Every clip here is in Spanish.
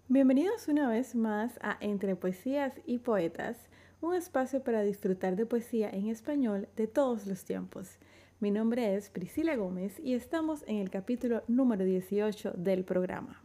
Bienvenidos una vez más a Entre Poesías y Poetas, un espacio para disfrutar de poesía en español de todos los tiempos. Mi nombre es Priscila Gómez y estamos en el capítulo número 18 del programa.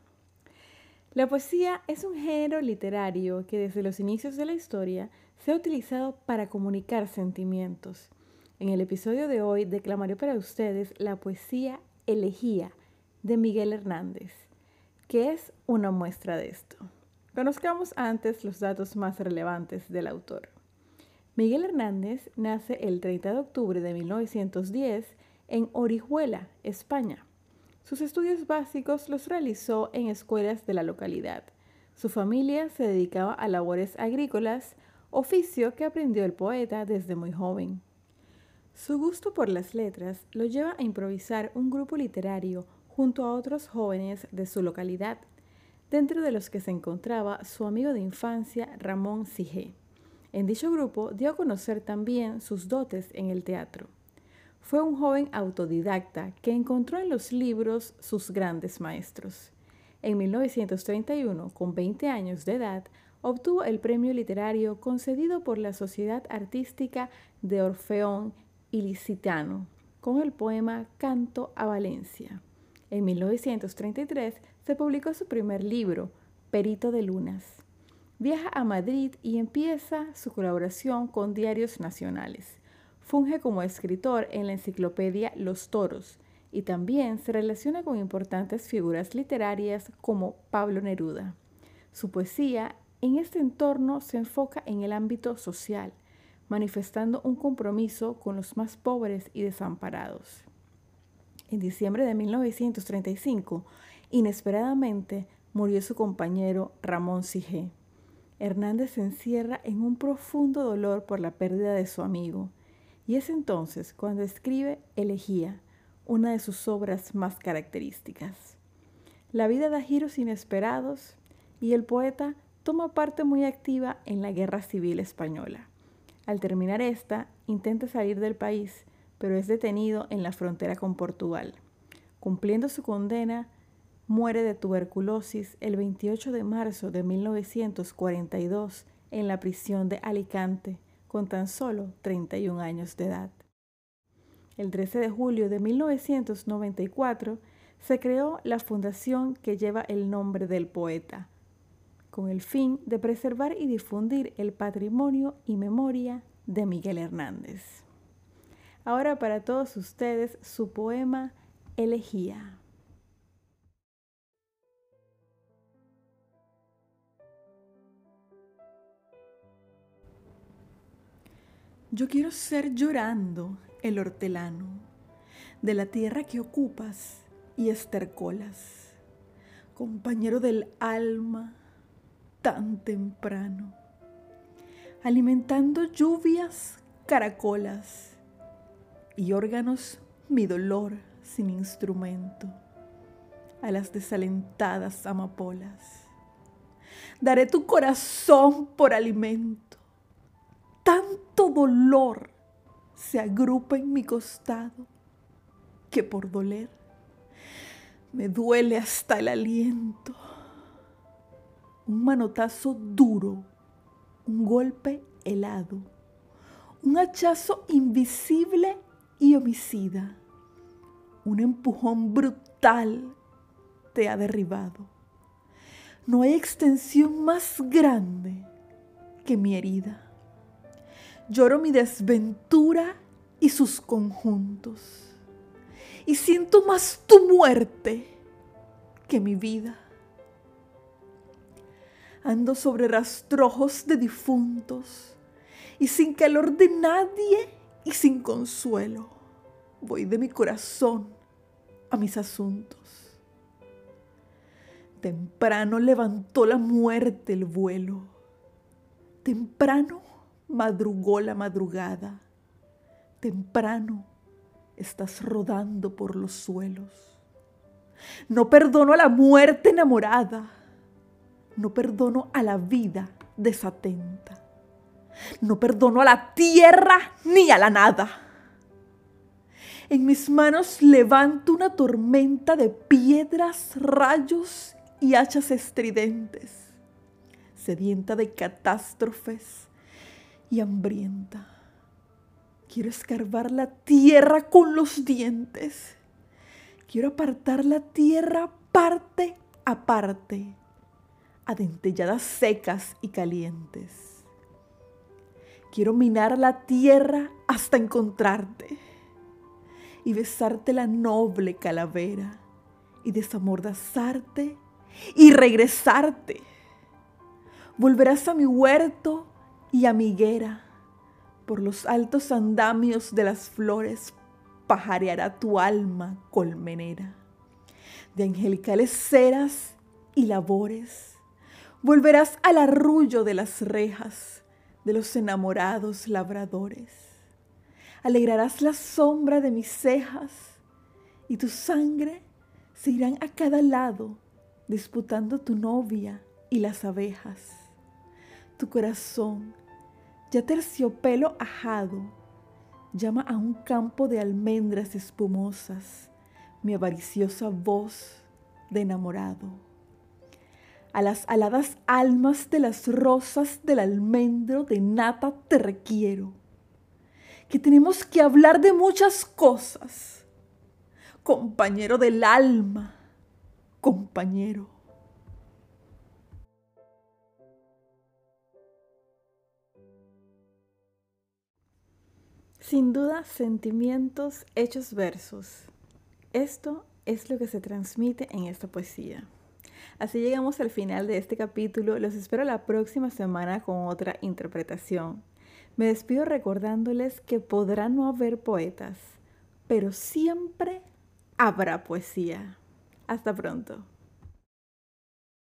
La poesía es un género literario que desde los inicios de la historia se ha utilizado para comunicar sentimientos. En el episodio de hoy declamaré para ustedes la poesía Elegía de Miguel Hernández, que es una muestra de esto. Conozcamos antes los datos más relevantes del autor. Miguel Hernández nace el 30 de octubre de 1910 en Orihuela, España. Sus estudios básicos los realizó en escuelas de la localidad. Su familia se dedicaba a labores agrícolas, oficio que aprendió el poeta desde muy joven. Su gusto por las letras lo lleva a improvisar un grupo literario junto a otros jóvenes de su localidad, dentro de los que se encontraba su amigo de infancia Ramón Sijé. En dicho grupo dio a conocer también sus dotes en el teatro. Fue un joven autodidacta que encontró en los libros sus grandes maestros. En 1931, con 20 años de edad, obtuvo el premio literario concedido por la Sociedad Artística de Orfeón Ilicitano con el poema Canto a Valencia. En 1933 se publicó su primer libro, Perito de Lunas. Viaja a Madrid y empieza su colaboración con diarios nacionales. Funge como escritor en la enciclopedia Los Toros y también se relaciona con importantes figuras literarias como Pablo Neruda. Su poesía en este entorno se enfoca en el ámbito social, manifestando un compromiso con los más pobres y desamparados. En diciembre de 1935, inesperadamente murió su compañero Ramón Sijé. Hernández se encierra en un profundo dolor por la pérdida de su amigo, y es entonces cuando escribe Elegía, una de sus obras más características. La vida da giros inesperados y el poeta toma parte muy activa en la Guerra Civil Española. Al terminar esta, intenta salir del país, pero es detenido en la frontera con Portugal. Cumpliendo su condena, muere de tuberculosis el 28 de marzo de 1942 en la prisión de Alicante, con tan solo 31 años de edad. El 13 de julio de 1994 se creó la fundación que lleva el nombre del poeta, con el fin de preservar y difundir el patrimonio y memoria de Miguel Hernández. Ahora para todos ustedes su poema Elegía. Yo quiero ser llorando el hortelano de la tierra que ocupas y estercolas, compañero del alma tan temprano, alimentando lluvias caracolas y órganos mi dolor sin instrumento a las desalentadas amapolas. Daré tu corazón por alimento. Tanto dolor se agrupa en mi costado que por doler me duele hasta el aliento. Un manotazo duro, un golpe helado, un hachazo invisible y homicida, un empujón brutal te ha derribado. No hay extensión más grande que mi herida. Lloro mi desventura y sus conjuntos, y siento más tu muerte que mi vida. Ando sobre rastrojos de difuntos, y sin calor de nadie y sin consuelo, voy de mi corazón a mis asuntos. Temprano levantó la muerte el vuelo, temprano madrugó la madrugada, temprano estás rodando por los suelos. No perdono a la muerte enamorada, no perdono a la vida desatenta, no perdono a la tierra ni a la nada. En mis manos levanto una tormenta de piedras, rayos y hachas estridentes, sedienta de catástrofes y hambrienta. Quiero escarbar la tierra con los dientes. Quiero apartar la tierra parte a parte, a dentelladas secas y calientes. Quiero minar la tierra hasta encontrarte y besarte la noble calavera y desamordazarte y regresarte. Volverás a mi huerto y a mi higuera. Por los altos andamios de las flores pajareará tu alma colmenera. De angelicales ceras y labores, volverás al arrullo de las rejas de los enamorados labradores. Alegrarás la sombra de mis cejas y tu sangre se irán a cada lado disputando tu novia y las abejas. Tu corazón, ya terciopelo ajado, llama a un campo de almendras espumosas mi avariciosa voz de enamorado. A las aladas almas de las rosas del almendro de nata te requiero, que tenemos que hablar de muchas cosas, compañero del alma, compañero. Sin duda, sentimientos hechos versos. Esto es lo que se transmite en esta poesía. Así llegamos al final de este capítulo. Los espero la próxima semana con otra interpretación. Me despido recordándoles que podrá no haber poetas, pero siempre habrá poesía. Hasta pronto.